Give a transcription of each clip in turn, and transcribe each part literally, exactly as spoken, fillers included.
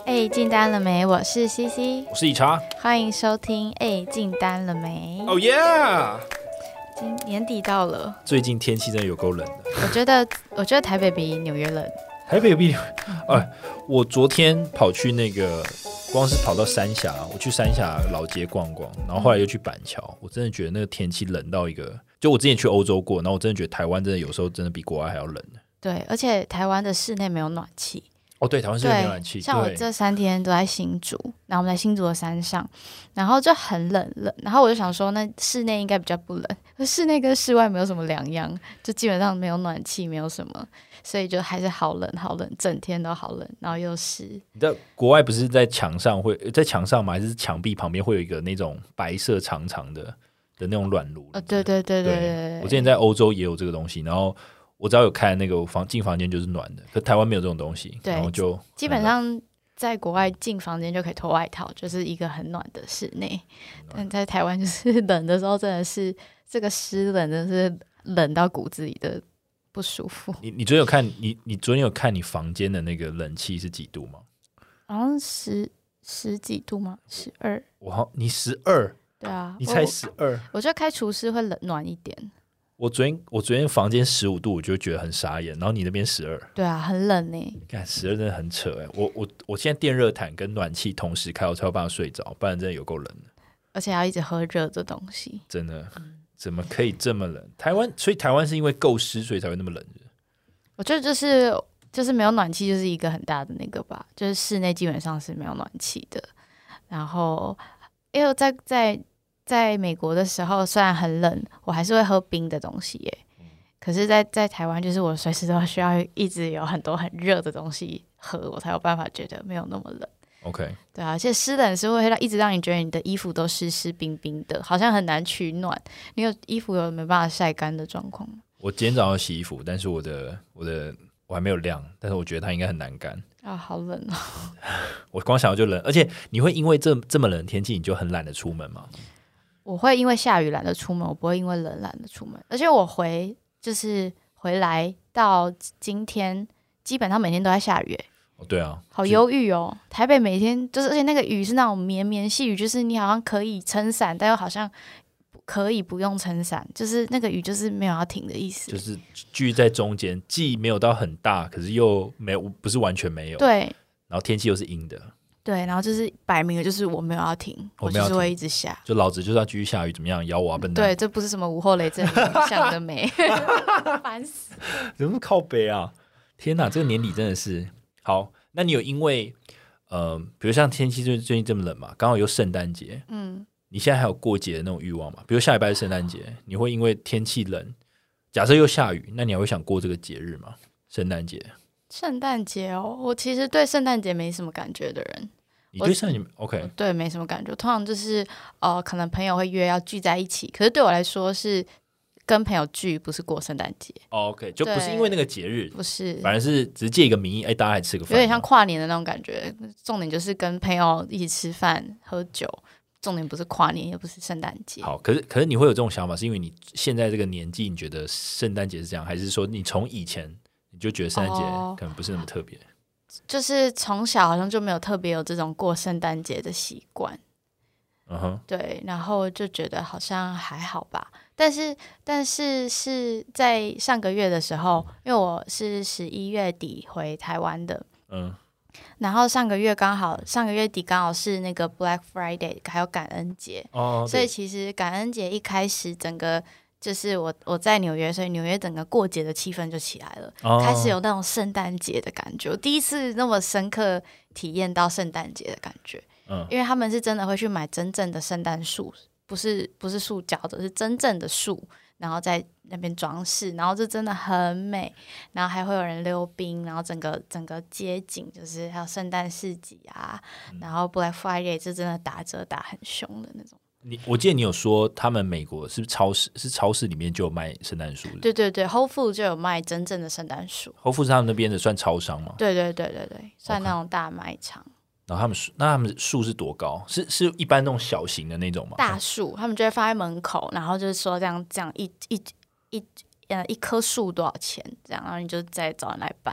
哎，进单了没？我是 C C， 我是以茶， 欢迎收听。哎，进单了没？ 哦耶！ 今年底到了， 最近天气真的有够冷的。 我觉得，我觉得台北比纽约冷。 台北有比，哎，我昨天跑去那个，光是跑到三峡，我去三峡老街逛逛，然后后来又去板桥，嗯、我真的觉得那个天气冷到一个，就我之前去欧洲过，然后我真的觉得台湾真的有时候真的比国外还要冷。对， 而且台湾的室内没有暖气。 哦，对，台湾是没有暖气。 像我这三天都在新竹，然后我们在新竹的山上，然后就很冷冷，然后我就想说，那室内应该比较不冷，可室内跟室外没有什么两样，就基本上没有暖气，没有什么，所以就还是好冷好冷，整天都好冷，然后又湿。 你知道国外不是在墙上会在墙上吗？还是墙壁旁边会有一个那种白色长长的的那种暖炉？ 哦，对对对对 对, 对, 对。 我之前在欧洲也有这个东西，然后。我只要有开那个房进房间就是暖的，可台湾没有这种东西，然后就基本上在国外进房间就可以脱外套，就是一个很暖的室内。但在台湾就是冷的时候，真的是这个湿冷，真的是冷到骨子里的不舒服。 你你昨天有看你你昨天有看你房间的那个冷气是几度吗？ 好像十十几度吗？十二。 哇，你十二？ 对啊， 你才十二。 我, 我觉得开除湿会冷暖一点。 我昨天我昨天房间十五度，我就觉得很傻眼，然后你那边十二， 对啊，很冷耶。 看十二真的很扯哎！我我我现在电热毯跟暖气同时开，我才有办法睡着，不然真的有够冷的。 而且还要一直喝热的东西， 真的、嗯、怎么可以这么冷？台湾，所以台湾是因为够湿，所以才会那么冷的。 我觉得就是就是没有暖气，就是一个很大的那个吧，就是室内基本上是没有暖气的。然后因为在在。在美国的时候虽然很冷，我还是会喝冰的东西耶。可是在在台湾就是我随时都需要一直有很多很热的东西喝，我才有办法觉得没有那么冷。 OK， 对啊，而且湿冷是会让一直让你觉得你的衣服都湿湿冰冰的，好像很难取暖。你有衣服有没办法晒干的状况吗？ 我今天早上洗衣服，但是我的我的我还没有晾，但是我觉得它应该很难干啊，好冷哦。 我光想到就冷。而且你会因为这这么冷的天气你就很懒得出门吗？ 我会因为下雨懒得出门，我不会因为冷懒得出门。而且我回就是回来到今天，基本上每天都在下雨。 哦，对啊， 好忧郁哦。台北每天就是，而且那个雨是那种绵绵细雨，就是你好像可以撑伞，但又好像可以不用撑伞，就是那个雨就是没有要停的意思， 就是聚在中间，既没有到很大，可是又没有不是完全没有。 对， 然后天气又是阴的。 对，然后就是摆明了就是我没有要停，我, 我就是会一直下， 就老子就是要继续下雨，怎么样？咬我啊，笨蛋！ 对，这不是什么午后雷阵雨，想得美，烦死！ 怎么那么靠北啊？天哪，这个年底真的是好。那你有因为呃，比如像天气最最近这么冷嘛，刚好又圣诞节，嗯，你现在还有过节的那种欲望吗？比如下礼拜是圣诞节，你会因为天气冷，假设又下雨，那你还会想过这个节日吗？圣诞节？ 圣诞节哦，我其实对圣诞节没什么感觉的人。 你对圣诞节 OK？ 对，没什么感觉。通常就是呃，可能朋友会约要聚在一起，可是对我来说是跟朋友聚，不是过圣诞节。 哦、OK， 就不是因为那个节日， 不是， 反而是只是借一个名义，哎，大家来吃个饭， 有点像跨年的那种感觉。重点就是跟朋友一起吃饭喝酒，重点不是跨年，也不是圣诞节。 好，可是可是你会有这种想法，是因为你现在这个年纪，你觉得圣诞节是这样，还是说你从以前？你就觉得圣诞节可能不是那么特别、哦、 就是从小好像就没有特别有这种过圣诞节的习惯。 嗯哼， 对，然后就觉得好像还好吧。但是但是是在上个月的时候，因为我是十一月底回台湾的，嗯，然后上个月刚好上个月底刚好是那个 Black Friday 还有感恩节、哦、所以其实感恩节一开始整个就是我我在纽约，所以纽约整个过节的气氛就起来了、哦、开始有那种圣诞节的感觉。我第一次那么深刻体验到圣诞节的感觉、嗯、因为他们是真的会去买真正的圣诞树，不是不是塑胶的，是真正的树，然后在那边装饰，然后就真的很美，然后还会有人溜冰，然后整个整个街景就是还有圣诞市集啊、嗯、然后 Black Friday 就真的打折打很凶的那种。 你我记得你有说他们美国是不是超市是超市里面就有卖圣诞树？ 对对对 Whole Foods 就有卖真正的圣诞树。 Whole Foods 他们那边的算超商吗？ 对对对对对，算那种大卖场、okay. 然后他们那他们树是多高？是是一般那种小型的那种吗？ 大树他们就会放在门口，然后就是说这样这样一一一呃一棵树多少钱这样，然后你就再找人来搬。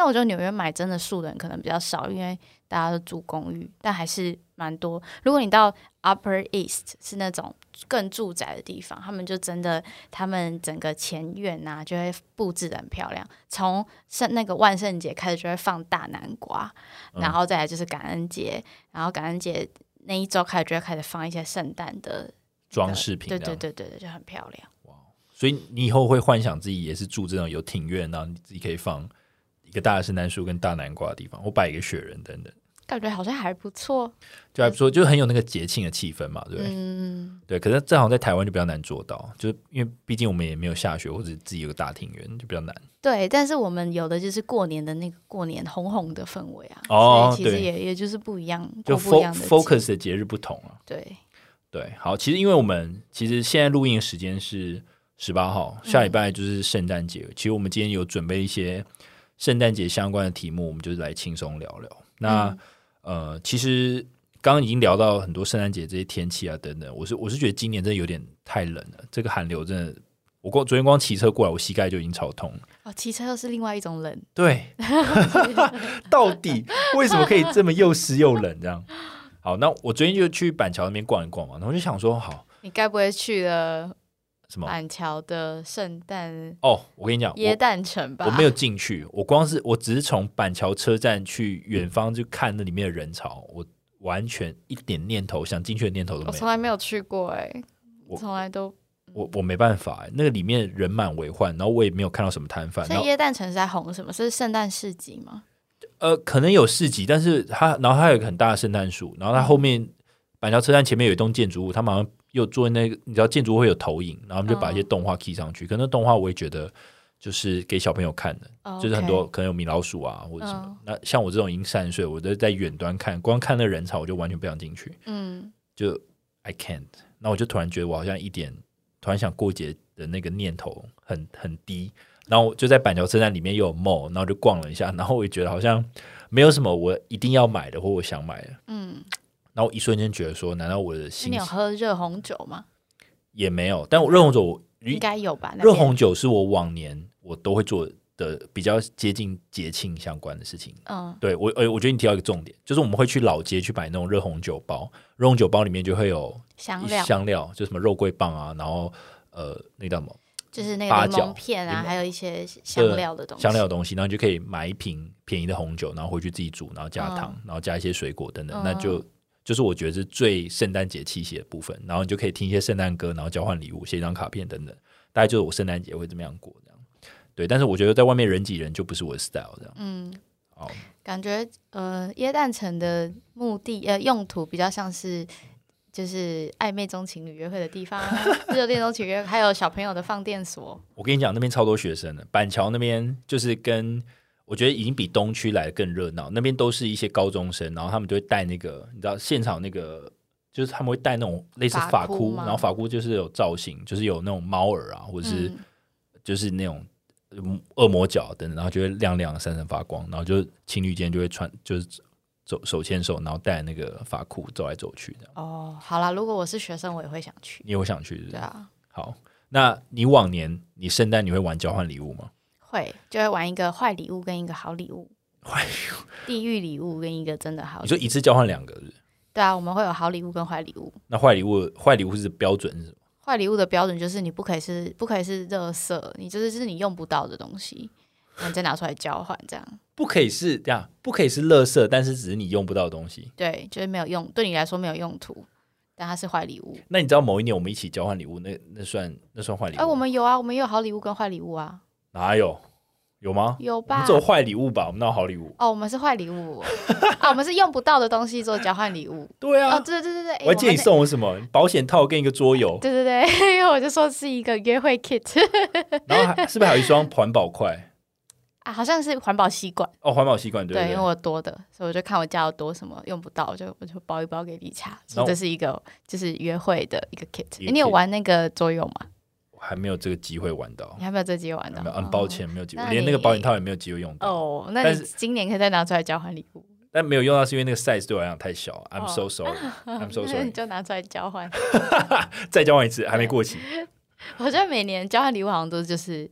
但我觉得纽约买真的树的人可能比较少，因为大家都住公寓，但还是蛮多。如果你到 Upper East 是那种更住宅的地方，他们就真的他们整个前院啊就会布置得很漂亮，从那个万圣节开始就会放大南瓜，然后再来就是感恩节，然后感恩节那一周开始就会开始放一些圣诞的装饰品， 对对对对对，就很漂亮。 哇！所以你以后会幻想自己也是住这种有庭院，然后你自己可以放一个大的圣诞树跟大南瓜的地方，或摆一个雪人等等， 感觉好像还不错， 就还不错，就很有那个节庆的气氛嘛，对不对？ 嗯， 对。可是这好像在台湾就比较难做到，就是因为毕竟我们也没有下雪，或者自己有个大庭院，就比较难。 对，但是我们有的就是过年的那个过年红红的氛围啊， 哦， 所以其实也也就是不一样， 就不一样的 focus 的节日不同啊。 对对，好，其实因为我们其实现在录音的时间是十八号，下礼拜就是圣诞节、嗯。其实我们今天有准备一些圣诞节相关的题目，我们就是来轻松聊聊。那、嗯、呃，其实刚刚已经聊到很多圣诞节这些天气啊等等，我是我是觉得今年真的有点太冷了，这个寒流真的。我光昨天光骑车过来，我膝盖就已经超痛了。 哦，骑车又是另外一种冷。 对，到底为什么可以这么又湿又冷这样？好，那我昨天就去板桥那边逛一逛嘛，然后就想说，好， 你该不会去了什么板桥的圣诞？ 哦，我跟你讲， 耶诞城吧， 我没有进去，我光是我只是从板桥车站去远方就看那里面的人潮，我完全一点念头想进去的念头都没有。 我从来没有去过哎、欸，我从来都。 我我没办法、欸，那个里面人满为患，然后我也没有看到什么摊贩。 所以耶诞城是在红什么？是圣诞市集吗？ 呃，可能有市集，但是它然后它有一个很大的圣诞树，然后它后面、嗯、板桥车站前面有一栋建筑物，他们好像又做那个，你知道建筑物会有投影，然后他们就把一些动画 key 上去。嗯、可能动画我也觉得就是给小朋友看的，哦、就是很多、okay. 可能有米老鼠啊或者什么。嗯、那像我这种已经三十岁，我都在远端看，光看那人潮我就完全不想进去。嗯，就 I can't。那我就突然觉得我好像一点。突然想过节的那个念头很很低，然后就在板桥车站里面又有 mall， 然后就逛了一下，然后我也觉得好像没有什么我一定要买的或我想买的，嗯，然后我一瞬间觉得说，难道我的心情？ 你有喝热红酒吗？ 也没有，但我热红酒应该有吧？ 热红酒是我往年我都会做的比较接近节庆相关的事情，嗯，对我，我觉得你提到一个重点，就是我们会去老街去买那种热红酒包，热红酒包里面就会有香料， 香料就什么肉桂棒啊，然后呃，那个叫什么， 就是那个柠檬片啊，还有一些香料的东西， 香料的东西，然后你就可以买一瓶便宜的红酒，然后回去自己煮，然后加糖，嗯、然后加一些水果等等，嗯、那就就是我觉得是最圣诞节气息的部分，然后你就可以听一些圣诞歌，然后交换礼物，写一张卡片等等，大概就是我圣诞节会这么样过这样。对，但是我觉得在外面人挤人就不是我的 style 这样。嗯，好， 感觉呃，耶诞城的目的呃用途比较像是就是暧昧中情侣约会的地方，热恋中情侣约会，还有小朋友的放电所。 我跟你讲，那边超多学生的，板桥那边就是跟我觉得已经比东区来的更热闹，那边都是一些高中生，然后他们就会带那个你知道现场那个。就是他们会戴那种类似发箍，然后发箍就是有造型，就是有那种猫耳啊，或者是就是那种恶魔角等等，然后就会亮亮闪闪发光，然后就情侣间就会穿就是走手牵手，然后戴那个发箍走来走去这样。 哦，好啦，如果我是学生，我也会想去。 你也会想去是不是？ 对啊。 好，那你往年你圣诞你会玩交换礼物吗？ 会，就会玩一个坏礼物跟一个好礼物。坏礼物、地狱礼物跟一个真的好礼物。 你说一次交换两个是不是？ 对啊，我们会有好礼物跟坏礼物。 那坏礼物，坏礼物是标准是什么？ 坏礼物的标准就是你不可以是不可以是垃圾，你就是就是你用不到的东西，然后你再拿出来交换，这样。 不可以是这样，不可以是垃圾，但是只是你用不到的东西。 对，就是没有用，对你来说没有用途，但它是坏礼物。 那你知道某一年我们一起交换礼物，那那算那算坏礼物？ 哎、欸，我们有啊，我们也有好礼物跟坏礼物啊。 哪有？有吗？ 有吧， 我们只有坏礼物吧，我们哪有好礼物？ 哦，我们是坏礼物啊，我们是用不到的东西做交换礼物。 对啊， 哦，对对对对， 我还记得你送我什么保险套跟一个桌游。 对对对，因为我就说是一个约会 kit， 然后还是不是还有一双环保筷啊？好像是环保吸管哦， 环保吸管对对， 对，因为我多的，所以我就看我家有多什么用不到，我就我就包一包给理查，所以这是一个就是约会的一个 kit。欸，你有玩那个桌游吗？ 还没有这个机会玩到， 你还没有这个机会玩到， 很抱歉，没有机会，连那个保险套也没有机会用到。 哦，那你今年可以再拿出来交换礼物。 但没有用到是因为那个 size 对我来讲太小。I'm so sorry，I'm so sorry。 你就拿出来交换， 再交换一次，还没过期。 我觉得每年交换礼物好像都就是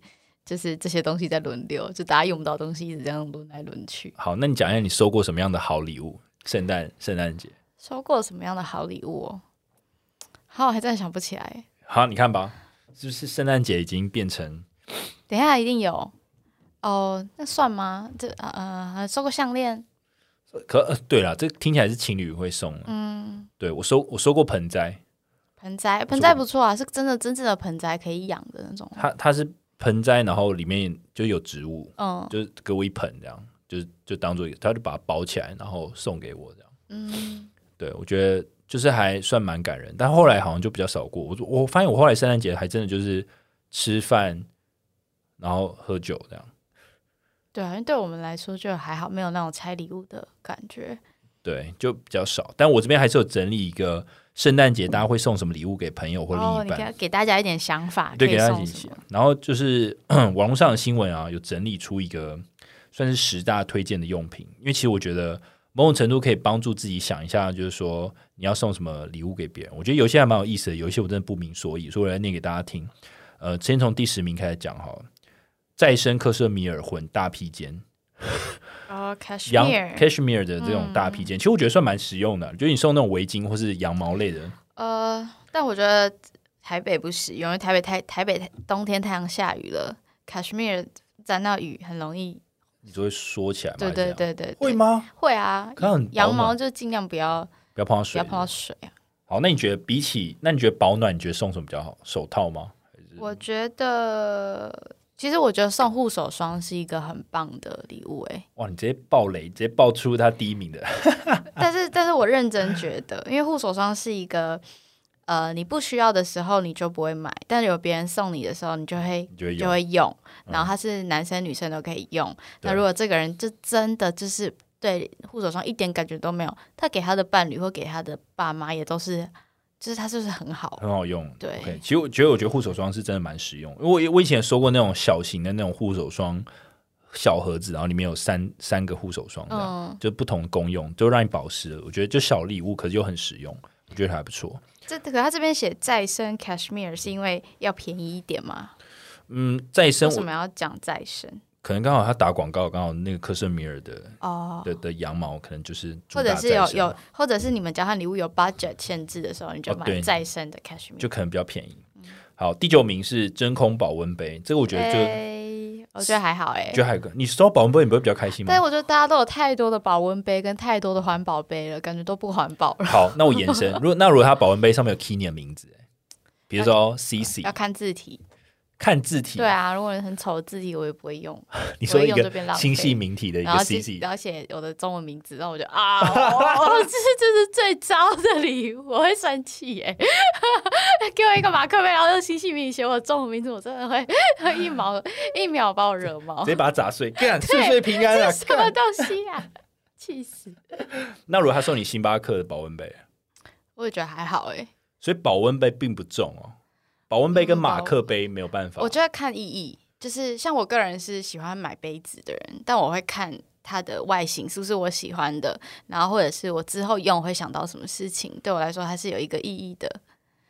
就是这些东西在轮流，就大家用不到东西一直这样轮来轮去。 好，那你讲一下你收过什么样的好礼物？圣诞圣诞节收过什么样的好礼物哦？好，我还真的想不起来。 好，你看吧，是不是圣诞节已经变成？ 等一下一定有哦，那算吗？这呃，收过项链。 可、呃、对啦，这听起来是情侣会送的。嗯，对我收我收过盆栽， 盆栽盆栽不错啊，是真的真正的盆栽可以养的那种。 它它是盆栽，然后里面就有植物，嗯，就是给我一盆这样，就是就当做一个，他就把它包起来，然后送给我这样。嗯，对我觉得就是还算蛮感人，但后来好像就比较少过。我我发现我后来圣诞节还真的就是吃饭，然后喝酒这样。 对啊，因为对我们来说就还好，没有那种拆礼物的感觉。 对，就比较少。但我这边还是有整理一个圣诞节大家会送什么礼物给朋友或另一半， 哦、你给大家一点想法， 对， 可以给大家一点。然后就是网络上的新闻啊，有整理出一个算是十大推荐的用品，因为其实我觉得某种程度可以帮助自己想一下，就是说你要送什么礼物给别人。我觉得有些还蛮有意思的，有一些我真的不明所以，所以我来念给大家听。呃，先从第十名开始讲好了。再生克什米尔混大披肩， 哦 ，cashmere cashmere 的这种大披肩、嗯，其实我觉得算蛮实用的。就是你送那种围巾或是羊毛类的， 呃，但我觉得台北不实用，因为台北太台北冬天太阳下雨了 ，cashmere 沾到雨很容易， 你就会缩起来嘛？ 对对对 对, 对， 会吗？ 会啊，羊毛就尽量不要不要碰到水， 不要碰到水啊。 好，那你觉得比起那你觉得保暖，你觉得送什么比较好？手套吗？ 我觉得。其实我觉得送护手霜是一个很棒的礼物，哎， 哇！你直接爆雷，直接爆出他第一名的。 但是，但是我认真觉得，因为护手霜是一个，呃，你不需要的时候你就不会买，但有别人送你的时候，你就会就会 用, 就会用。然后它是男生女生都可以用。嗯、那如果这个人就真的就是对护手霜一点感觉都没有，他给他的伴侣或给他的爸妈也都是。就是它是不是很好， 很好用？ 对， okay, 其实我觉得，我觉得护手霜是真的蛮实用。因为我我以前也收过那种小型的那种护手霜小盒子，然后里面有三三个护手霜，嗯，就不同功用，就让你保湿了。我觉得就小礼物，可是又很实用，我觉得还不错。 这可他这边写再生 cashmere 是因为要便宜一点吗？ 嗯，再生为什么要讲再生？ 可能刚好他打广告，刚好那个克什米尔的哦 的, 的羊毛可能就是或者是有有，或者是你们交换礼物有 budget 限制的时候，你就买再生的 cashmere，、哦、 就可能比较便宜。嗯、好，第九名是真空保温杯，这个我觉得就、 欸、我觉得还好哎、欸， 觉得还你收保温杯你不会比较开心吗？ 但是我觉得大家都有太多的保温杯跟太多的环保杯了，感觉都不环保了。 好，那我延伸，如果那如果他保温杯上面有 Key 你的名字，比如说 C C， 要看字体。 看字体， 对啊，如果很丑的字体我也不会用。 你说一个清晰明体的一个 C C， 然后写我的中文名字，然后我就啊，哦、这是这是最糟的礼物，我会生气耶！给我一个马克杯，然后用清晰明体写我的中文名字，我真的会一毛一秒把我惹毛， 直接把它砸碎，干岁岁平安啊！ 这什么东西啊？气死！ 那如果他送你星巴克的保温杯， 我也觉得还好哎。 所以保温杯并不重哦。保温杯跟马克杯没有办法、 嗯、我觉得看意义，就是像我个人是喜欢买杯子的人，但我会看它的外形是不是我喜欢的，然后或者是我之后用会想到什么事情，对我来说它是有一个意义的。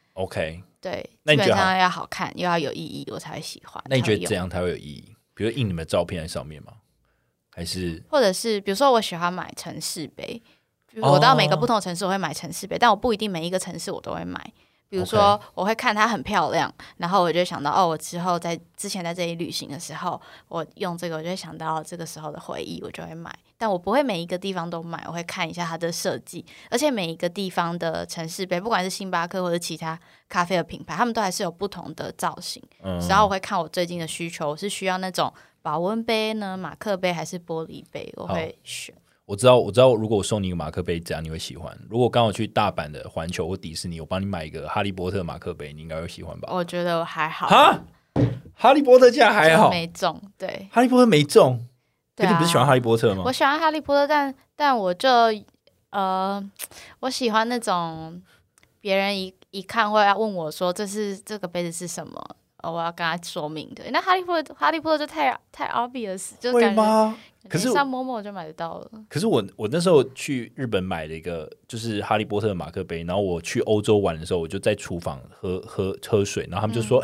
OK， 对， 那你基本上要好看又要有意义我才会喜欢。 那你觉得这样才会有意义？比如印你们的照片在上面吗？还是或者是比如说我喜欢买城市杯，比如我到每个不同的城市我会买城市杯、哦、但我不一定每一个城市我都会买。比如说我会看它很漂亮，然后我就想到哦，我之后在之前在这里旅行的时候我用这个，我就会想到这个时候的回忆，我就会买。但我不会每一个地方都买，我会看一下它的设计，而且每一个地方的城市杯，不管是星巴克或者其他咖啡的品牌，他们都还是有不同的造型、嗯、然后我会看我最近的需求，我是需要那种保温杯呢、马克杯还是玻璃杯，我会选。 我知道，我知道，如果我送你一个马克杯，这样你会喜欢。如果刚好去大阪的环球或迪士尼，我帮你买一个哈利波特马克杯，你应该会喜欢吧？ 我觉得还好。 哈，哈利波特竟然还好， 没中。对， 哈利波特没中。 对啊， 你不是喜欢哈利波特吗？ 我喜欢哈利波特，但但我就呃，我喜欢那种别人一一看会要问我说这是这个杯子是什么。哦、我要跟他说明的。那哈利波特哈利波特就太太 obvious， 就感觉会吗？可是上某某就买得到了。 可是我我那时候去日本买了一个就是哈利波特的马克杯，然后我去欧洲玩的时候，我就在厨房喝喝喝水，然后他们就说：“哎、嗯欸，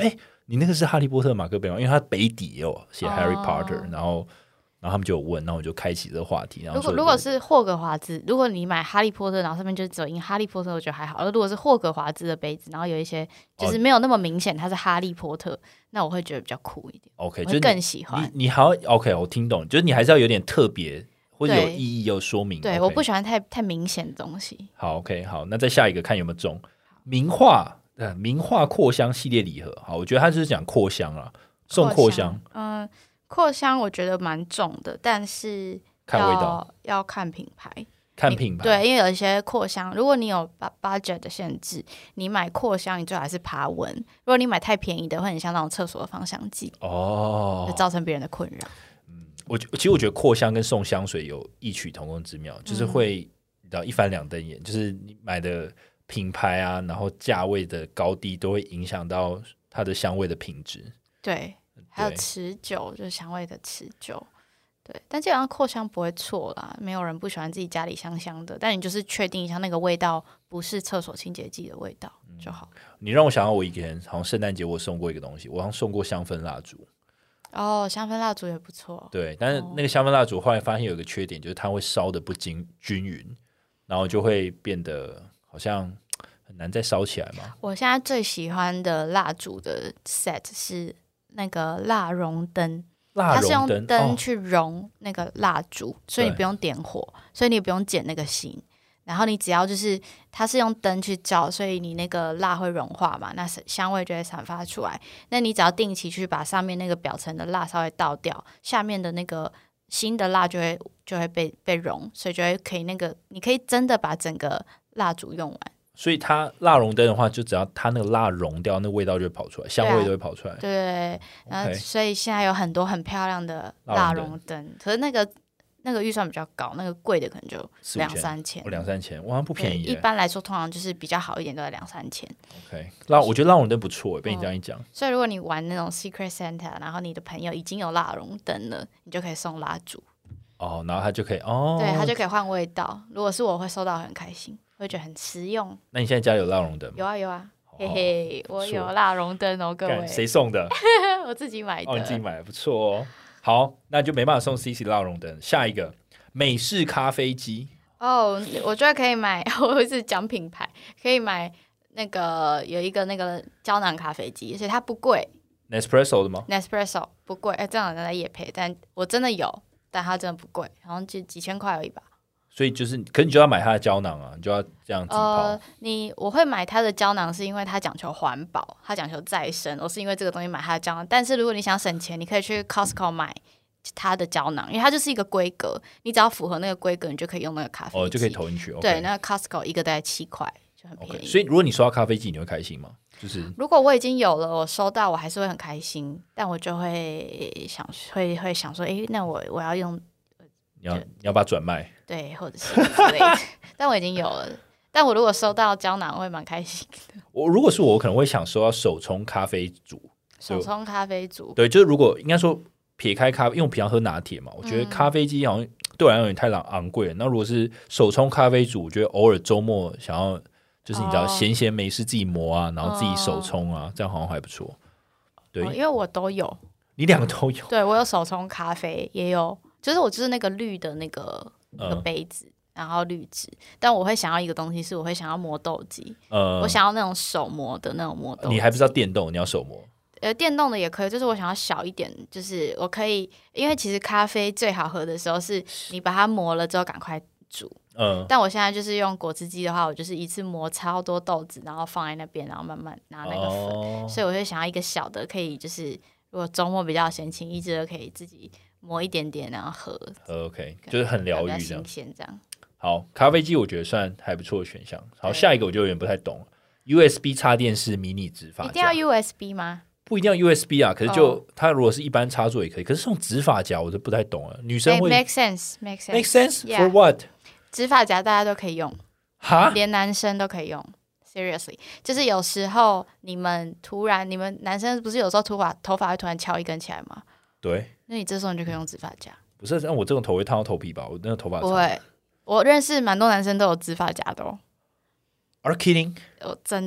你那个是哈利波特马克杯吗？因为它杯底也有写 Harry Potter，、 哦、 然后然后他们就有问，然后我就开启这个话题。然后如果如果是霍格华兹，如果你买哈利波特，然后上面就只有印哈利波特，我觉得还好。而如果是霍格华兹的杯子，然后有一些就是没有那么明显它是哈利波特，哦、那我会觉得比较酷一点。 OK， 我会更喜欢。 你你好 OK， 我听懂，就是你还是要有点特别或者有意义有说明。 对， okay， 我不喜欢太太明显的东西。 好 OK， 好，那再下一个看有没有中名画。呃，名画扩香系列礼盒，好，我觉得他就是讲扩香啊，送扩香。 嗯，扩香我觉得蛮重的，但是看味道， 要看品牌， 看品牌。 对，因为有一些扩香，如果你有 budget 的限制，你买扩香，你最好还是爬文。如果你买太便宜的，会很像那种厕所的芳香剂哦，会造成别人的困扰。 嗯，我其实我觉得扩香跟送香水有异曲同工之妙，就是会你知道一翻两瞪眼，就是你买的品牌啊，然后价位的高低都会影响到它的香味的品质。 对，还有持久，就是香味的持久。对，但基本上扩香不会错啦，没有人不喜欢自己家里香香的，但你就是确定一下那个味道不是厕所清洁剂的味道就好。 嗯、你让我想到我以前好像圣诞节我送过一个东西，我好像送过香氛蜡烛。 哦，香氛蜡烛也不错。 对，但是那个香氛蜡烛后来发现有一个缺点，就是它会烧得不均均匀，然后就会变得好像很难再烧起来嘛。 我现在最喜欢的蜡烛的 set 是那个蜡熔灯，它是用灯去熔那个蜡烛，哦、所以你不用点火，所以你也不用剪那个芯，然后你只要就是它是用灯去照，所以你那个蜡会融化嘛，那香味就会散发出来。那你只要定期去把上面那个表层的蜡稍微倒掉，下面的那个新的蜡就会就会被被融，所以就会可以那个你可以真的把整个蜡烛用完。 所以它蜡熔灯的话，就只要它那个蜡融掉，那味道就会跑出来，香味都会跑出来。 对、啊，然后、okay. 所以现在有很多很漂亮的蜡熔灯，可是那个那个预算比较高，那个贵的可能就两三千， 两三千，哇，不便宜。 一般来说，通常就是比较好一点都在两三千。 OK， 蜡我觉得蜡熔灯不错，被你这样一讲、嗯。 所以如果你玩那种 Secret Santa， 然后你的朋友已经有蜡熔灯了，你就可以送蜡烛。 哦，然后他就可以哦， 对，他就可以换味道。如果是我会收到很开心。会觉得很实用。 那你现在家里有蜡熔灯吗？ 有啊有啊，嘿嘿，我有蜡熔灯哦，各位。 谁送的？ 我自己买的。 哦，你自己买的，不错哦。好，那就没办法送 C C 蜡熔灯。下一个美式咖啡机。 哦，我觉得可以买，我一直讲品牌，可以买那个有一个那个胶囊咖啡机，而且它不贵。 Nespresso 的吗 ？Nespresso 不贵，哎，这样人在业配，但我真的有，但它真的不贵，好像就几千块而已吧。 所以就是，可是你就要买它的胶囊啊，你就要这样自己泡。呃， 你我会买它的胶囊，是因为它讲求环保，它讲求再生。我是因为这个东西买它的胶囊。但是如果你想省钱，你可以去 Costco 买它的胶囊，因为它就是一个规格，你只要符合那个规格，你就可以用那个咖啡机。 哦，就可以投进去。 对，那 Costco 一个大概七块，就很便宜。 Okay， 所以如果你收到咖啡机，你会开心吗？就是如果我已经有了，我收到，我还是会很开心，但我就会想会会想说，哎，那我我要用。 你要你要把它转卖， 对，或者是之类的。但我已经有了，但我如果收到胶囊，我会蛮开心的。 我如果是我，我可能会想收到手冲咖啡组。 手冲咖啡组， 对，就是如果应该说撇开咖啡，因为我平常喝拿铁嘛，我觉得咖啡机好像对我来讲有点太昂贵了。那、嗯、如果是手冲咖啡组，我觉得偶尔周末想要就是你知道闲闲没事自己磨啊，然后自己手冲啊，哦、这样好像还不错。对、哦， 因为我都有， 你两个都有。 对，我有手冲咖啡，也有。就是我就是那个绿的那个、那个杯子，嗯、然后滤纸，但我会想要一个东西，是我会想要磨豆机，嗯、我想要那种手磨的那种磨豆机。 你还不知道电动，你要手磨？ 呃，电动的也可以，就是我想要小一点，就是我可以，因为其实咖啡最好喝的时候是你把它磨了之后赶快煮，嗯，但我现在就是用果汁机的话，我就是一次磨超多豆子，然后放在那边，然后慢慢拿那个粉，哦、所以我会想要一个小的，可以就是如果周末比较闲情逸致的，可以自己磨一点点，然后喝。 OK， 就是很疗愈这样， 新鲜这样。 好，咖啡机我觉得算还不错的选项。好，下一个我就有点不太懂了 ，U S B 插电式迷你直发夹， 一定要 U S B 吗？ 不一定要 U S B 啊，可是就、oh. 它如果是一般插座也可以。可是这种直发夹我就不太懂了，女生会 make sense make sense make sense for what？ 直发夹大家都可以用， 哈， 连男生都可以用。Seriously， 就是有时候你们突然，你们男生不是有时候头发头发会突然翘一根起来吗？ 对， 那你这时候你就可以用直发夹。 不是，像我这种头会烫到头皮吧？我那个头发不会，我认识蛮多男生都有直发夹的哦。 Are you kidding？ 我真的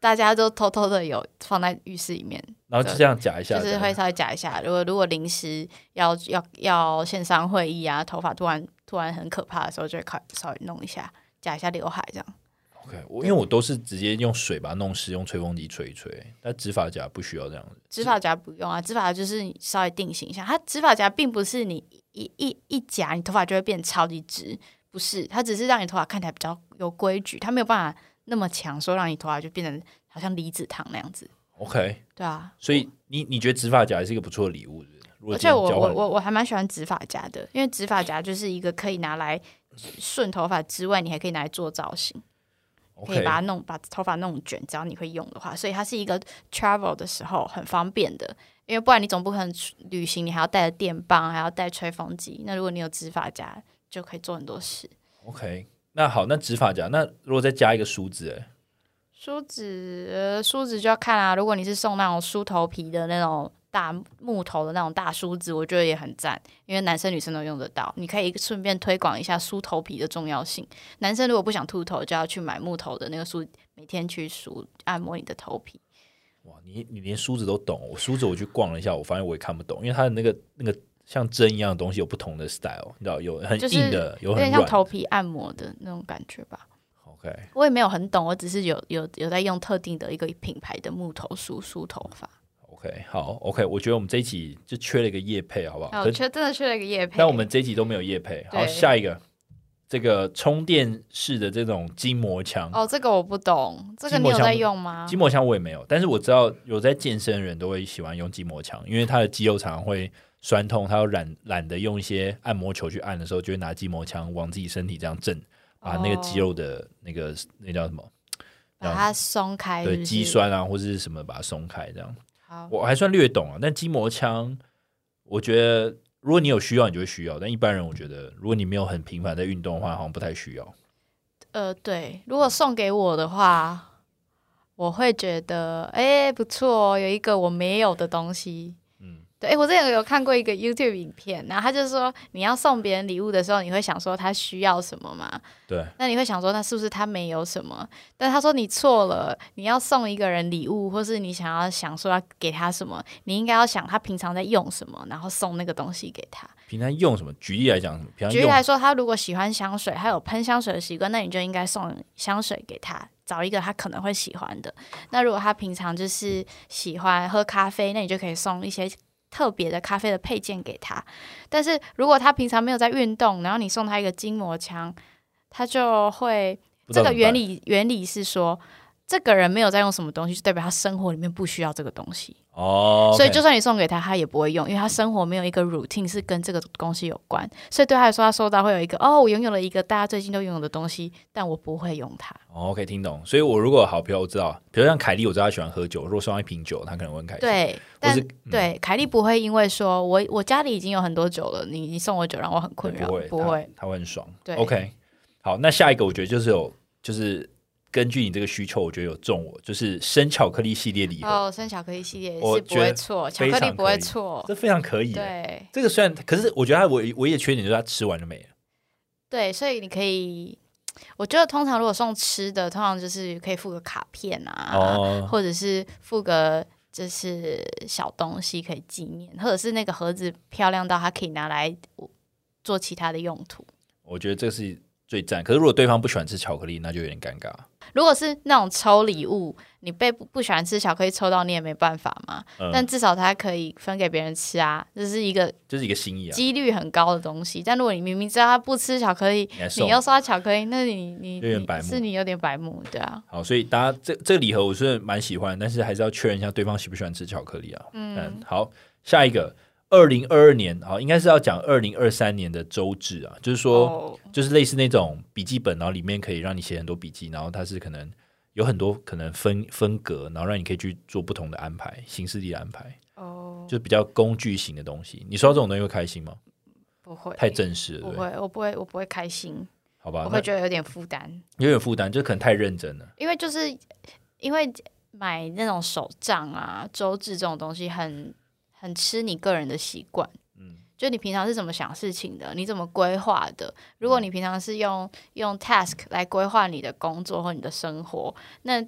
大家都偷偷的有放在浴室里面， 然后就这样夹一下， 就是会稍微夹一下。如果如果临时要要要线上会议啊，头发突然突然很可怕的时候，就会稍微弄一下，夹一下刘海这样。 OK， 我因为我都是直接用水把它弄湿，用吹风机吹一吹。但指发夹不需要这样子。 指发夹不用啊，指发夹就是你稍微定型一下。它指发夹并不是你一一一夹，你头发就会变超级直，不是，它只是让你头发看起来比较有规矩，它没有办法那么强，说让你头发就变成好像离子烫那样子。 OK， 对啊， 所以你你觉得指发夹是一个不错的礼物，是不是？ 而且我我我我还蛮喜欢指发夹的，因为指发夹就是一个可以拿来顺头发之外，你还可以拿来做造型。可以把它弄把头发弄卷，只要你会用的话，所以它是一个 travel 的时候很方便的，因为不然你总不可能旅行你还要带着电棒，还要带吹风机，那如果你有指发夹就可以做很多事。 OK， 那好，那指发夹那如果再加一个梳子耶， 梳子呃梳子就要看啊，如果你是送那种梳头皮的那种大木头的那种大梳子，我觉得也很赞，因为男生女生都用得到，你可以顺便推广一下梳头皮的重要性。男生如果不想秃头，就要去买木头的那个梳，每天去梳按摩你的头皮。 哇，你你连梳子都懂，我梳子我去逛了一下，我发现我也看不懂，因为它的那个那个像针一样的东西有不同的 style， 你知道有很硬的，就是、有很软的，有点像头皮按摩的那种感觉吧。 OK， 我也没有很懂，我只是有有有在用特定的一个品牌的木头梳梳头发。 OK， 好 OK， 我觉得我们这一集就缺了一个业配，好不好？ 哦，缺真的缺了一个业配。 但我们这一集都没有业配。好，下一个，这个充电式的这种筋膜枪。 哦，这个我不懂，这个你有在用吗？ 筋膜枪我也没有，但是我知道有在健身的人都会喜欢用筋膜枪，因为他的肌肉常常会酸痛，他又懒懒得用一些按摩球去按的时候，就会拿筋膜枪往自己身体这样震，把那个肌肉的那个、哦、那叫什么， 把它松开是不是， 对，肌酸啊或者是什么把它松开这样。我还算略懂啊，但筋膜枪，我觉得如果你有需要，你就会需要；但一般人，我觉得如果你没有很频繁在运动的话，好像不太需要。 呃，对，如果送给我的话，我会觉得，哎，不错，有一个我没有的东西。嗯，对，我之前有看过一个 YouTube 影片，然后他就说，你要送别人礼物的时候，你会想说他需要什么吗？ 对， 那你会想说，那是不是他没有什么？但他说你错了，你要送一个人礼物，或是你想要想说要给他什么，你应该要想他平常在用什么，然后送那个东西给他。 平常用什么？举例来讲，平常举例来说，他如果喜欢香水，他有喷香水的习惯，那你就应该送香水给他，找一个他可能会喜欢的。那如果他平常就是喜欢喝咖啡，那你就可以送一些特别的咖啡的配件给他。但是如果他平常没有在运动，然后你送他一个筋膜枪，他就会这个原理原理是说，这个人没有在用什么东西，就代表他生活里面不需要这个东西哦。Okay. 所以就算你送给他，他也不会用，因为他生活没有一个 routine 是跟这个东西有关。所以对他来说，他收到会有一个哦，我拥有了一个大家最近都拥有的东西，但我不会用它。 哦 OK， 听懂。所以我如果好，比如我知道，比如像凯莉，我知道他喜欢喝酒，如果送他一瓶酒，他可能会很开心。 对，但、 嗯、 对凯莉不会因为说我我家里已经有很多酒了，你你送我酒让我很困扰， 不会， 不会， 他, 他会很爽。 对 ，OK。好，那下一个我觉得就是有就是。根据你这个需求，我觉得有中我，就是生巧克力系列礼盒。 哦，生巧克力系列是不会错，巧克力不会错， 这非常可以。 对， 这个虽然，可是我觉得它唯唯一的缺点就是它吃完就没了。 对，所以你可以，我觉得通常如果送吃的，通常就是可以附个卡片啊，哦、或者是附个就是小东西可以纪念，或者是那个盒子漂亮到它可以拿来做其他的用途。 我觉得这是最赞。可是如果对方不喜欢吃巧克力，那就有点尴尬。 如果是那种抽礼物，你被不喜欢吃巧克力抽到，你也没办法嘛、嗯、但至少它可以分给别人吃啊，这是一个就是一个心意啊， 几率很高的东西。但如果你明明知道他不吃巧克力，你又刷巧克力，那你你有点白目， 是你有点白目，对啊。 好，所以大家这这个礼盒我是蛮喜欢，但是还是要确认一下对方喜不喜欢吃巧克力啊。嗯，嗯好，下一个二零二二年，好，应该是要讲二零二三年的周志啊，就是说、哦、就是类似那种笔记本，然后里面可以让你写很多笔记，然后它是可能有很多可能分分隔，然后让你可以去做不同的安排，形式力的安排，哦，就比较工具型的东西。你收到这种东西会开心吗？ 不会， 太正式了， 不会，我不会，我不会开心。 好吧， 我会觉得有点负担， 有点负担，就可能太认真了。 因为就是因为买那种手账啊、周志这种东西很。很吃你个人的习惯，嗯，就你平常是怎么想事情的，你怎么规划的。如果你平常是用用 task 来规划你的工作或你的生活，那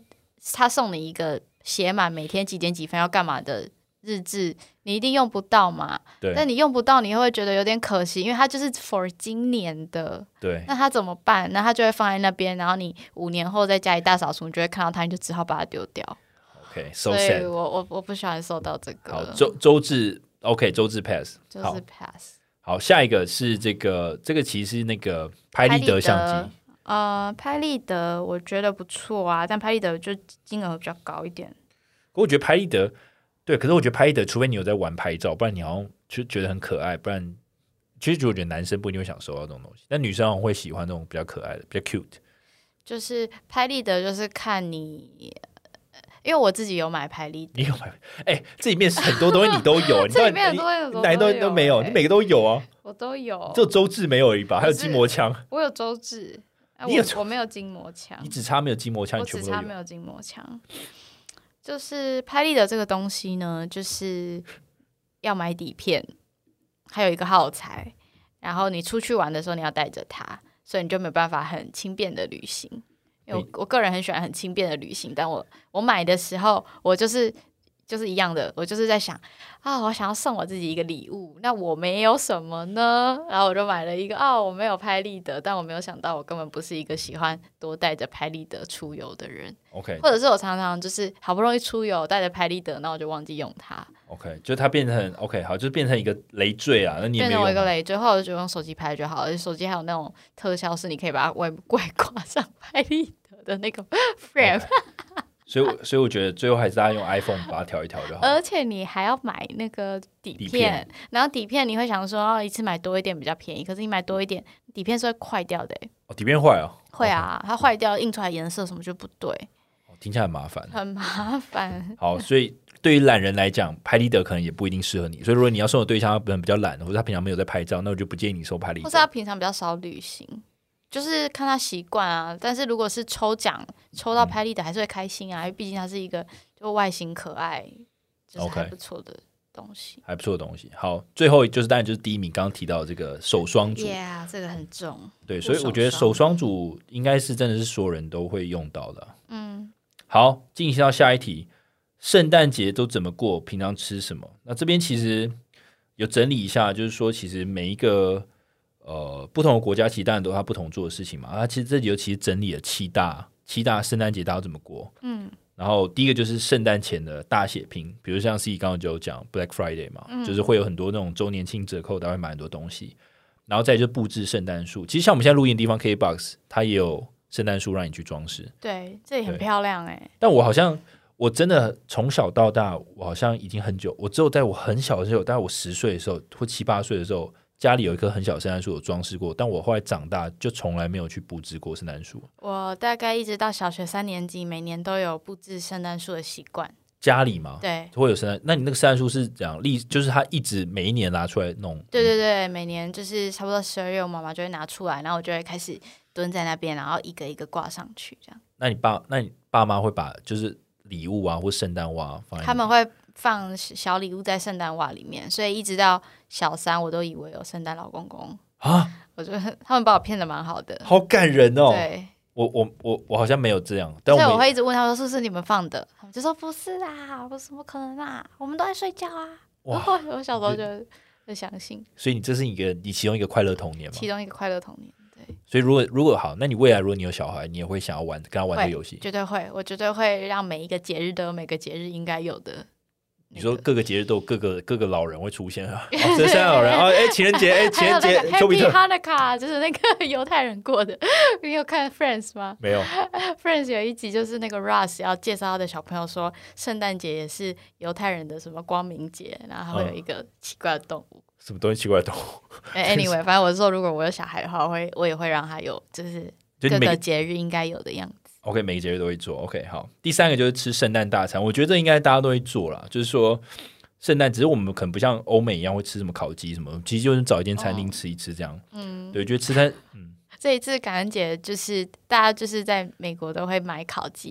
他送你一个写满每天几点几分要干嘛的日志，你一定用不到嘛。 对， 但你用不到，你会觉得有点可惜，因为它就是 for 今年的。 对， 那他怎么办？那他就会放在那边，然后你五年后在家里大扫除，你就会看到它，你就只好把它丢掉。 OK，so sad。 所以我我我不喜欢收到这个。 好，周周志 OK， 周志 pass， 就是 pass。 好，下一个是这个，这个其实是那个拍立得相机。 呃，拍立得我觉得不错啊，但拍立得就金额比较高一点。 我觉得拍立得对，可是我觉得拍立得，除非你有在玩拍照，不然你好像就觉得很可爱，不然其实我觉得男生不一定会想收到这种东西，但女生好像会喜欢这种比较可爱的，比较 cute。 就是拍立得，就是看你。因为我自己有买拍立得， 你有买？哎、欸，这里面很多东西你都有， 这里面很多东西哪都都没有，你每个都有啊。 我都有， 只有周志没有而已吧？还有筋膜枪， 我有周志，啊、 你有我我没有筋膜枪， 你只差没有筋膜枪， 我只差没有筋膜枪。就是拍立得这个东西呢，就是要买底片，还有一个耗材，然后你出去玩的时候你要带着它，所以你就没办法很轻便的旅行。因为 我, 我个人很喜欢很轻便的旅行，但我我买的时候，我就是就是一样的，我就是在想啊，我想要送我自己一个礼物，那我没有什么呢？然后我就买了一个哦，我没有拍立得，但我没有想到我根本不是一个喜欢多带着拍立得出游的人。 OK， 或者是我常常就是好不容易出游带着拍立得，那我就忘记用它。 OK， 就它变成 OK 好，就变成一个累赘啊，那你也没变成我一个累赘，或者就用手机拍就好了。而且手机还有那种特效，是你可以把它外外挂上拍立得的那个 frame。Okay. 所以，所以我觉得最后还是大家用 iPhone 把它调一调就好。 而且你还要买那个底片，底片然后底片你会想说，哦，一次买多一点比较便宜，可是你买多一点，底片是会坏掉的。 哦，底片坏啊？ 会啊， okay. 它坏掉，印出来颜色什么就不对。 听起来很麻烦， 很麻烦。 好，所以对于懒人来讲，拍立得可能也不一定适合你。所以如果你要送的对象他可能比较懒，或者他平常没有在拍照，那我就不建议你收拍立得。 或是他平常比较少旅行，就是看他习惯啊。但是如果是抽奖抽到拍立得，还是会开心啊，因为毕竟它是一个就外形可爱，就是还不错的东西， okay, 还不错的东西。好，最后就是当然就是第一名刚刚提到的这个手双组 ，Yeah， 这个很重。 对，所以我觉得手双组应该是真的是所有人都会用到的。 嗯。 好，进行到下一题，圣诞节都怎么过？平常吃什么？那这边其实有整理一下，就是说，其实每一个呃不同的国家，其实当然都有它不同做的事情嘛。啊，其实这里有其实整理了七大七大圣诞节大家怎么过。嗯，然后第一个就是圣诞前的大血拼，比如像 C 刚刚就有讲 Black Friday 嘛、嗯，就是会有很多那种周年庆折扣，大家会买很多东西。然后再就布置圣诞树，其实像我们现在录音的地方 K B O X 它也有圣诞树让你去装饰， 对，这也很漂亮哎、欸。 但我好像我真的从小到大，我好像已经很久，我只有在我很小的时候，大概我十岁的时候或七八岁的时候，家里有一棵很小的圣诞树有装饰过，但我后来长大就从来没有去布置过圣诞树。 我大概一直到小学三年级，每年都有布置圣诞树的习惯。 家里吗？ 对， 会有圣诞。那你那个圣诞树是这样立，就是它一直每一年拿出来弄？ 对对对，每年就是差不多十二月，我妈妈就会拿出来，然后我就会开始蹲在那边，然后一个一个挂上去，这样。 那你爸，那你爸妈会把就是礼物啊或圣诞袜放在？ 他们会放小礼物在圣诞袜里面，所以一直到小三，我都以为有圣诞老公公啊。我觉得他们把我骗得蛮好的， 好感人哦。 对。 我我我我好像没有这样，但我, 所以我会一直问他说是不是你们放的，他们就说不是啊，我怎么可能啊，我们都在睡觉啊。然后我小时候就就相信， 所以你这是一个你其中一个快乐童年吗？ 其中一个快乐童年，对。 所以如果如果好，那你未来如果你有小孩，你也会想要玩跟他玩这个游戏？ 绝对会，我绝对会让每一个节日都有每个节日应该有的。 你说各个节日都有各个各个老人会出现啊，哦、圣诞老人啊，哎，情人节，哎，情人节 ，Happy Hanukkah 就是那个犹太人过的。你有看 Friends 吗？ 没有。 Friends 有一集就是那个 Ross 要介绍他的小朋友说，圣诞节也是犹太人的什么光明节，然后他会有一个奇怪的动物。 嗯、什么东西奇怪的动物 ？Anyway， 反正我是说，如果我有小孩的话，我会我也会让他有就是各个节日应该有的样子。 OK， 每个节日都会做。OK， 好。第三个就是吃圣诞大餐，我觉得这应该大家都会做啦。就是说，圣诞只是我们可能不像欧美一样会吃什么烤鸡什么，其实就是找一间餐厅吃一吃这样。哦、嗯，对，觉得吃餐，嗯， 这一次感恩节就是大家就是在美国都会买烤鸡，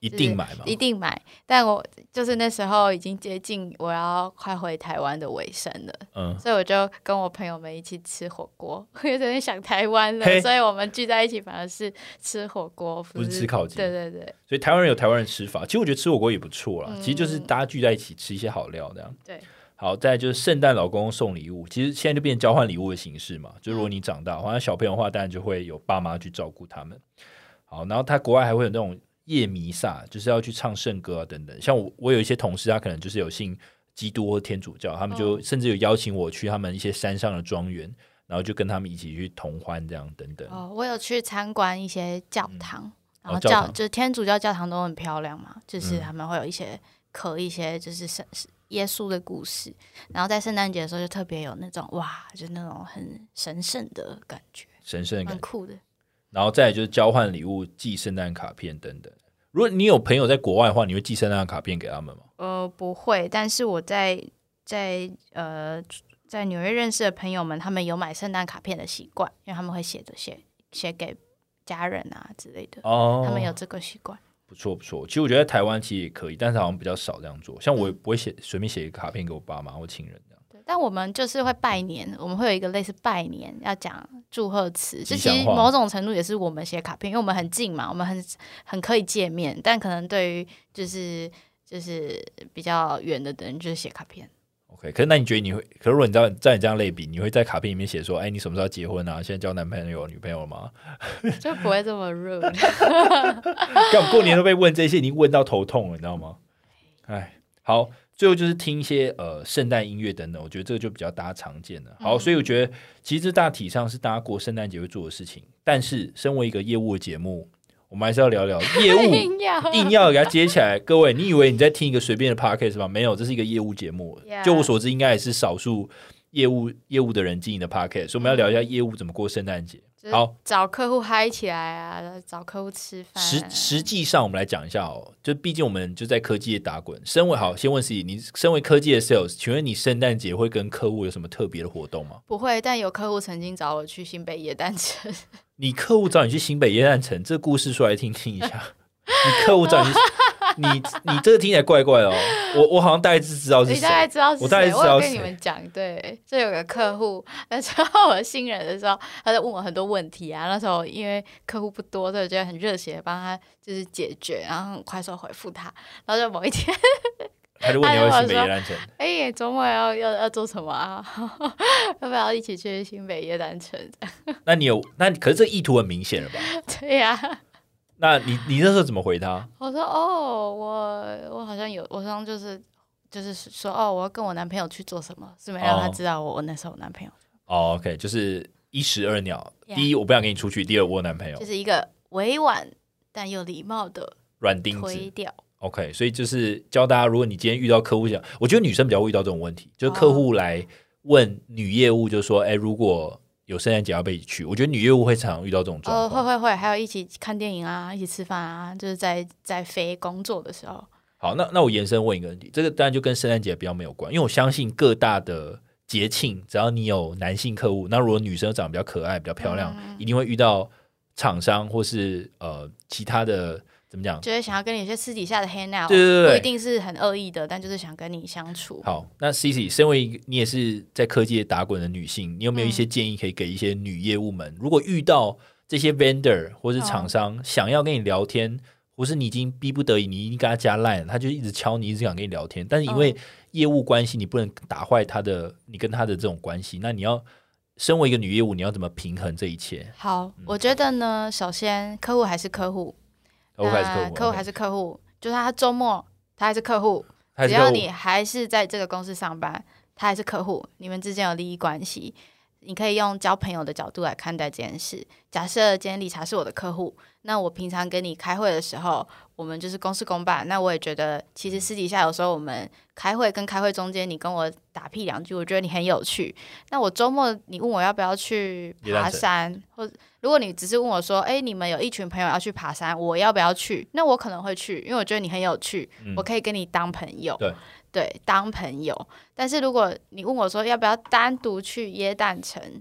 一定买嘛， 一定买。但我就是那时候已经接近我要快回台湾的尾声了，嗯，所以我就跟我朋友们一起吃火锅，我有点想台湾了，所以我们聚在一起反而是吃火锅， 不是吃烤鸡。 对对对， 所以台湾人有台湾人吃法，其实我觉得吃火锅也不错啦、嗯、其实就是大家聚在一起吃一些好料这样。 对。 好，再来就是圣诞老公公送礼物，其实现在就变成交换礼物的形式嘛。就如果你长大，好像小朋友的话，当然就会有爸妈去照顾他们。好，然后他国外还会有那种夜弥撒，就是要去唱圣歌啊等等。像我，我有一些同事，他可能就是有信基督或天主教，他们就甚至有邀请我去他们一些山上的庄园，然后就跟他们一起去同欢这样等等。 哦，我有去参观一些教堂，嗯、然后教、哦、就是天主教教堂都很漂亮嘛，就是他们会有一些刻一些就是圣耶稣的故事，然后在圣诞节的时候就特别有那种哇，就那种很神圣的感觉， 神圣的感觉， 很酷的。 然后再来就是交换礼物、寄圣诞卡片等等。如果你有朋友在国外的话，你会寄圣诞卡片给他们吗？ 呃，不会，但是我在在呃在纽约认识的朋友们，他们有买圣诞卡片的习惯，因为他们会写着写写给家人啊之类的，哦，他们有这个习惯。 不错不错，其实我觉得在台湾其实也可以，但是好像比较少这样做。像我也不会写随便写一个卡片给我爸妈或亲人这样。 对，但我们就是会拜年，我们会有一个类似拜年要讲祝贺词，这其实某种程度也是我们写卡片，因为我们很近嘛，我们很很可以见面，但可能对于就是就是比较远的人就是写卡片。 OK， 可是那你觉得你会？可是如果你知道照你这样类比，你会在卡片里面写说：“哎，你什么时候要结婚啊？现在交男朋友、女朋友了吗？” 就不会这么 rude。 干过年都被问这些，已经问到头痛了，你知道吗？哎，好，最后就是听一些呃圣诞音乐等等，我觉得这个就比较大家常见的。好，所以我觉得其实大体上是大家过圣诞节会做的事情，但是身为一个业务的节目，我们还是要聊聊业务， 硬要硬要给它接起来。各位，你以为你在听一个随便的 podcast 吗？没有，这是一个业务节目。Yeah. 就我所知，应该也是少数业务业务的人经营的 podcast， 所以我们要聊一下业务怎么过圣诞节。好， 找客户嗨起来啊，找客户吃饭、啊。 实实际上，我们来讲一下哦，就毕竟我们就在科技业打滚。身为好，先问 C， 你身为科技的 sales， 请问你圣诞节会跟客户有什么特别的活动吗？ 不会，但有客户曾经找我去新北耶诞城。 你客户找你去新北耶诞城，这故事说来听听一下。你客户找你去，你你这个听起来怪怪的哦。我我好像大概知道是谁， 你大概知道是谁， 我大概知道是谁。 我有跟你们讲，对，就有个客户，那时候我新人的时候，他就问我很多问题啊。那时候因为客户不多，所以我觉得很热血，帮他就是解决，然后很快速回复他。然后就某一天。 他就问你要新北耶诞城， 哎、欸，周末要要要做什么啊？要不要一起去新北耶诞城？ 那你有那可是这意图很明显了吧？ 对呀、啊。 那你你那时候怎么回他？ 我说哦，我我好像有，我好像就是就是说哦，我要跟我男朋友去做什么，是没让他知道我、oh. 我那时候有男朋友。哦、 oh, ，OK， 就是一石二鸟。Yeah. 第一，我不想跟你出去；第二，我有男朋友。 就是一个委婉但又礼貌的软钉子推掉。 OK， 所以就是教大家，如果你今天遇到客户讲，我觉得女生比较会遇到这种问题，就是客户来问女业务，就说：“哎、欸，如果有圣诞节要不要一起去？”我觉得女业务会常常遇到这种状况。 哦，会会会，还有一起看电影啊，一起吃饭啊，就是在在非工作的时候。 好，那那我延伸问一个问题，这个当然就跟圣诞节比较没有关，因为我相信各大的节庆，只要你有男性客户，那如果女生长得比较可爱、比较漂亮，嗯、一定会遇到厂商或是呃其他的。怎么讲？ 就是想要跟你一些私底下的 hang out， 对对对， 不一定是很恶意的，但就是想跟你相处。 好，那 Cici 身为你也是在科技业打滚的女性，你有没有一些建议可以给一些女业务们？嗯、如果遇到这些 vendor 或是厂商、哦、想要跟你聊天，或是你已经逼不得已，你已经跟他加 line， 他就一直敲你，一直想跟你聊天，但是因为业务关系，你不能打坏他的你跟他的这种关系，那你要身为一个女业务，你要怎么平衡这一切？ 好，嗯、我觉得呢，首先客户还是客户。 客户还是客户， 客户还是客户，就算他周末他还是客户，只要你还是在这个公司上班，他还是客户，你们之间有利益关系，你可以用交朋友的角度来看待这件事。假设今天理查是我的客户，那我平常跟你开会的时候，我们就是公事公办，那我也觉得其实私底下有时候我们开会跟开会中间你跟我打屁两句，我觉得你很有趣。那我周末你问我要不要去爬山，或者如果你只是问我说，哎，你们有一群朋友要去爬山，我要不要去？那我可能会去，因为我觉得你很有趣，嗯、我可以跟你当朋友。 对对，当朋友。但是如果你问我说要不要单独去耶诞城，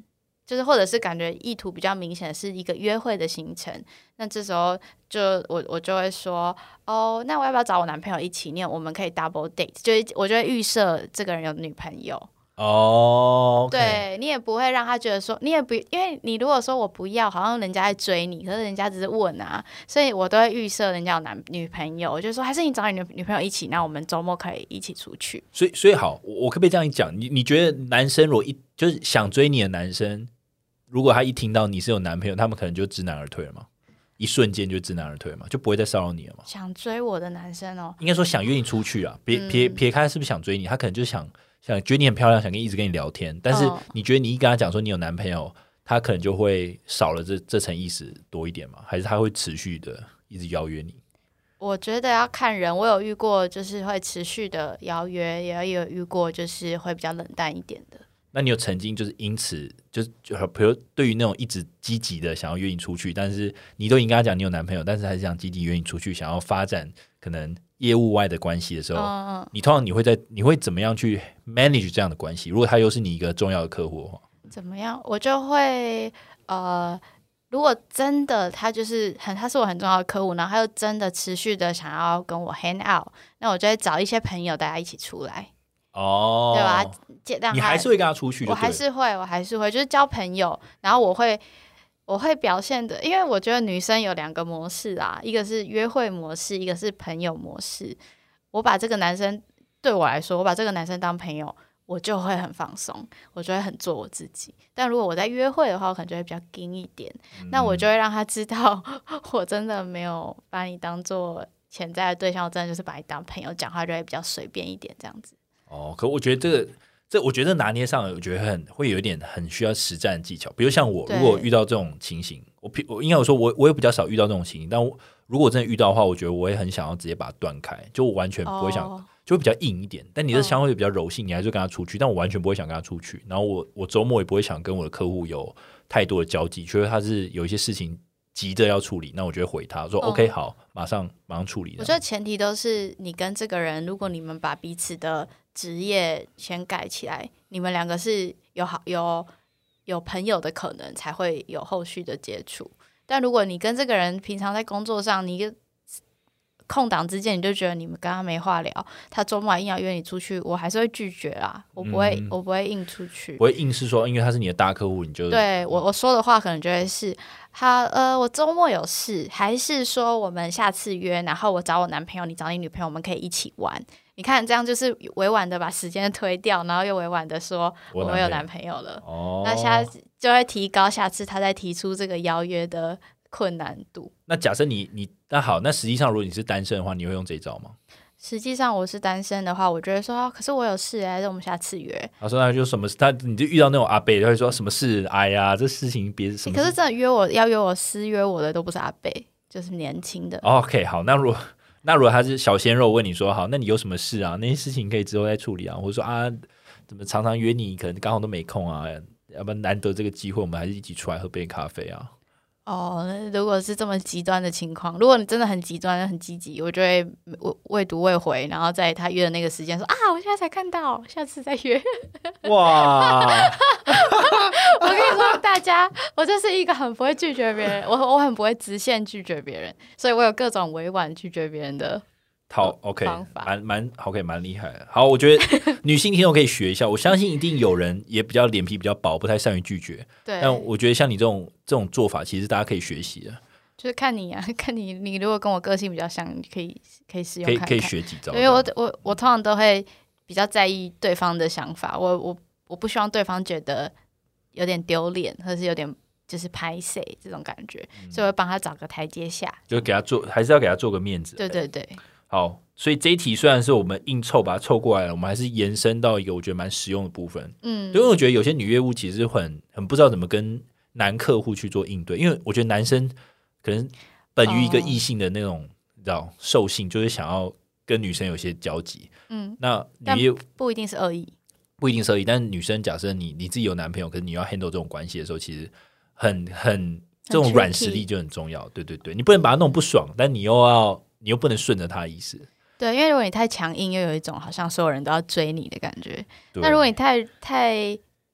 就是或者是感觉意图比较明显的是一个约会的行程，那这时候就我我就会说，哦，那我要不要找我男朋友一起？你我们可以 double date， 就是我就会预设这个人有女朋友。 哦、oh, okay. 对，你也不会让他觉得说，你也不，因为你如果说我不要，好像人家在追你，可是人家只是问啊，所以我都会预设人家有男女朋友，我就说还是你找你女女朋友一起，那我们周末可以一起出去。 所以，所以好，我可不可以这样讲？你你觉得男生如果一就是想追你的男生，如果他一听到你是有男朋友，他们可能就知难而退了吗？一瞬间就知难而退嘛，就不会再骚扰你了吗？ 想追我的男生哦， 应该说想约你出去啊，撇撇撇开是不是想追你，他可能就是想。想觉得你很漂亮，想跟一直跟你聊天，但是你觉得你一跟他讲说你有男朋友，他可能就会少了这这层意思多一点吗？还是他会持续的一直邀约你？ 我觉得要看人，我有遇过就是会持续的邀约，也有遇过就是会比较冷淡一点的。 那你有曾经就是因此就是比如对于那种一直积极的想要约你出去，但是你都已经跟他讲你有男朋友，但是还是想积极约你出去，想要发展可能业务外的关系的时候，嗯、你通常你会在你会怎么样去 manage 这样的关系？如果他又是你一个重要的客户的话， 怎么样？我就会呃，如果真的他就是很他是我很重要的客户，然后他又真的持续的想要跟我 hang out， 那我就会找一些朋友大家一起出来。哦，对吧？ 你还是会跟他出去就对了？ 我还是会，我还是会，就是交朋友，然后我会。我会表现的，因为我觉得女生有两个模式啊，一个是约会模式，一个是朋友模式。我把这个男生对我来说，我把这个男生当朋友，我就会很放松，我就会很做我自己。但如果我在约会的话，我可能就会比较硬一点、嗯、那我就会让他知道我真的没有把你当做潜在的对象，我真的就是把你当朋友，讲话就会比较随便一点这样子。 哦，可我觉得这个这我觉得拿捏上我觉得很会有一点很需要实战技巧。比如像我如果遇到这种情形，我我应该有说我我也比较少遇到这种情形，但我如果真的遇到的话，我觉得我也很想要直接把它断开，就我完全不会想、哦、就会比较硬一点，但你的相对比较柔性、嗯、你还是跟他出去，但我完全不会想跟他出去，然后我我周末也不会想跟我的客户有太多的交际，觉得他是有一些事情急着要处理，那我就会回他说、嗯、OK 好，马上马上处理。 我觉得前提都是你跟这个人，如果你们把彼此的职业先盖起来，你们两个是有好有有朋友的可能，才会有后续的接触。但如果你跟这个人平常在工作上，你空档之间你就觉得你们跟他没话聊，他周末硬要约你出去，我还是会拒绝啦，我不会、嗯、我不会硬出去， 不会硬是说因为他是你的大客户你就对我我说的话可能就会是好呃，我周末有事，还是说我们下次约，然后我找我男朋友，你找你女朋友，我们可以一起玩。你看这样就是委婉的把时间推掉，然后又委婉的说我们有男朋友了、哦、那下次就会提高下次他再提出这个邀约的困难度。 那假设你你那好，那实际上如果你是单身的话，你会用这一招吗？ 实际上我是单身的话，我就会说、啊、可是我有事哎、欸，我们下次约。 他说那就什么他你就遇到那种阿伯他会说什么事，哎呀这事情别什么事、 欸、可是真的约我要约我私约我的都不是阿伯，就是年轻的。 OK 好，那如果那如果他是小鲜肉问你说好那你有什么事啊，那些事情可以之后再处理啊，或者说啊怎么常常约你可能刚好都没空啊，要不然难得这个机会我们还是一起出来喝杯咖啡啊。 哦，如果是这么极端的情况，如果你真的很极端很积极，我就会未读未回，然后在他约的那个时间说啊我现在才看到，下次再约。哇我跟你说大家，我就是一个很不会拒绝别人，我我很不会直线拒绝别人，所以我有各种委婉拒绝别人的好 OK 蛮蛮 OK 蛮厉害的。好，我觉得女性听众可以学一下，我相信一定有人也比较脸皮比较薄，不太善于拒绝，对，但我觉得像你这种这种做法其实大家可以学习的， 就是看你啊，看你你如果跟我个性比较像，你可以可以使用看看， 可以可以学几招。 因为我我我通常都会比较在意对方的想法，我我我不希望对方觉得有点丢脸，或者是有点就是拍谁这种感觉、嗯、所以我会帮他找个台阶下， 就给他做，还是要给他做个面子。 对对对。 好，所以这一题虽然是我们硬凑把它凑过来了，我们还是延伸到一个我觉得蛮实用的部分。嗯，因为我觉得有些女业务其实很很不知道怎么跟男客户去做应对，因为我觉得男生可能本于一个异性的那种、哦、你知道兽性，就是想要跟女生有些交集。嗯，那女业务不一定是恶意， 不一定是恶意，但是女生假设你你自己有男朋友，可是你要 handle 这种关系的时候，其实很很这种软实力就很重要。对对对，你不能把他弄不爽，但你又要。你又不能顺着他的意思， 对，因为如果你太强硬，又有一种好像所有人都要追你的感觉。那如果你太太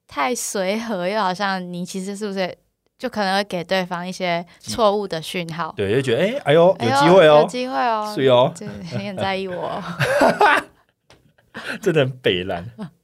太随和，又好像你其实是不是就可能会给对方一些错误的讯号？ 对，就觉得哎、欸，哎呦，有机会哦， 有机会哦， 是哦， 你很在意我， 真的很北烂。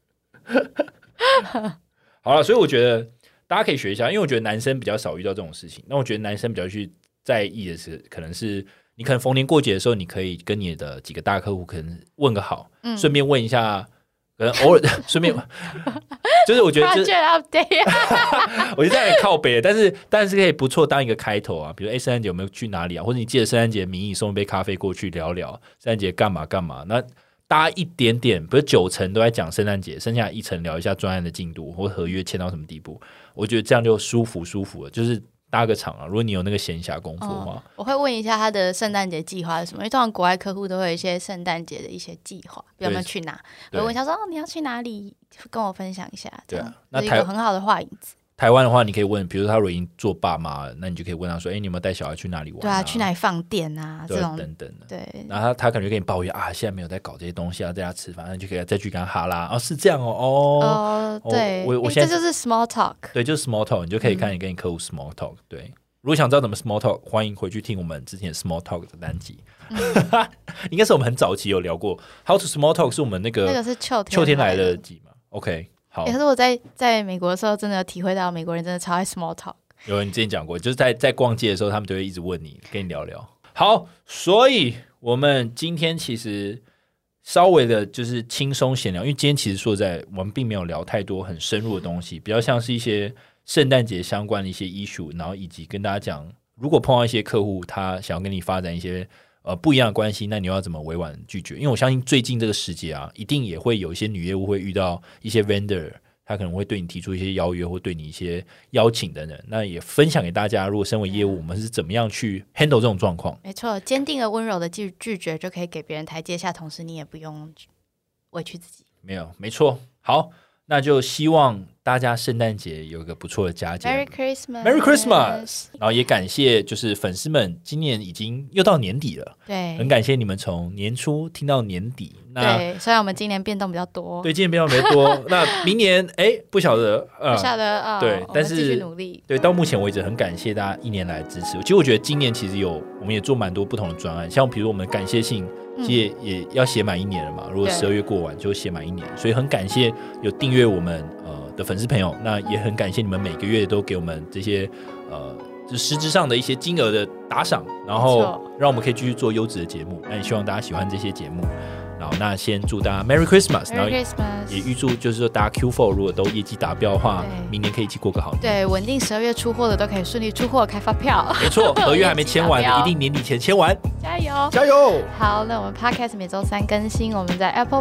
好了，所以我觉得大家可以学一下，因为我觉得男生比较少遇到这种事情。那我觉得男生比较去在意的是，可能是你可能逢年过节的时候，你可以跟你的几个大客户可能问个好，嗯、顺便问一下，可能偶尔顺便。就是我觉得、就是，我觉得这样很靠北，但是但是可以不错当一个开头啊。比如哎，圣诞节有没有去哪里啊？或者你借着圣诞节的名义送一杯咖啡过去聊聊圣诞节干嘛干嘛。那大家一点点，比如九成都在讲圣诞节，剩下一层聊一下专案的进度或合约签到什么地步。我觉得这样就舒服舒服了，就是搭个场啊。如果你有那个闲暇功夫的话、 嗯，我会问一下他的圣诞节计划是什么，因为通常国外客户都会有一些圣诞节的一些计划，比如我们去哪，我问一下说、哦、你要去哪里，跟我分享一下，这样那是一个很好的话引子。 台湾的话，你可以问，比如说他如果已经做爸妈了，那你就可以问他说：“哎、欸，你有没有带小孩去哪里玩、啊？” 对啊，去哪里放电啊？这种等等的。 对， 然后他他可能就跟你抱怨啊，现在没有在搞这些东西啊，在家吃饭，那你就可以再去跟他哈拉。哦，是这样哦，哦， 哦对， 我我现在、 欸、这就是 small talk， 对，就是 small talk， 你就可以看你跟你客户 small talk、嗯。对，如果想知道怎么 small talk， 欢迎回去听我们之前 small talk 的单集。嗯、应该是我们很早期有聊过 how to small talk， 是我们那个那个是秋天秋天来的集嘛 ？OK。 欸、可是我在在美国的时候，真的有体会到美国人真的超爱 small talk。 有你之前讲过，就是在在逛街的时候，他们都会一直问你，跟你聊聊。好，所以我们今天其实稍微的就是轻松闲聊，因为今天其实说实在，我们并没有聊太多很深入的东西，比较像是一些圣诞节相关的一些 issue， 然后以及跟大家讲，如果碰到一些客户他想要跟你发展一些。呃，不一样的关系，那你要怎么委婉拒绝？因为我相信最近这个时节啊，一定也会有一些女业务会遇到一些 vendor， 他可能会对你提出一些邀约，或对你一些邀请的人。那也分享给大家，如果身为业务，我们是怎么样去 handle 这种状况？ 没错，坚定而温柔的拒拒绝，就可以给别人台阶下，同时你也不用委屈自己。 没有，没错。好，那就希望大家圣诞节有一个不错的佳节 Merry Christmas Merry Christmas， 然后也感谢就是粉丝们，今年已经又到年底了， 对， 很感谢你们从年初听到年底。那对，虽然我们今年变动比较多， 对，今年变动比较多。那明年哎，不晓得， 呃、不晓得啊、呃， 对，但是继续努力。 对，到目前为止很感谢大家一年来的支持。其实我觉得今年其实有我们也做蛮多不同的专案，像比如我们的感谢信。其实 也,、嗯、也要写满一年了嘛，如果十二月过完就写满一年，所以很感谢有订阅我们呃的粉丝朋友，那也很感谢你们每个月都给我们这些呃就实质上的一些金额的打赏，然后让我们可以继续做优质的节目。那也希望大家喜欢这些节目。然后那先祝大家 Merry Christmas， 然后也预祝就是说大家 Q 四 如果都业绩达标的话，明年可以一起过个好年。 对，稳定十二月出货的都可以顺利出货开发票。 没错，合约还没签完的一定年底前签完。 加油加油！ 好，那我们 Podcast 每周三更新，我们在 Apple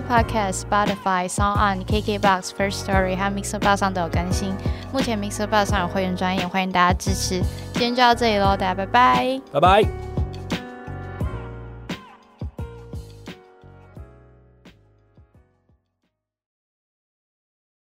Podcast、Spotify、SoundOn、K K Box、First Story 和 Mixerbox 上都有更新。目前 Mixerbox 上有会员专页，欢迎大家支持。今天就到这里咯，大家拜拜， 拜拜。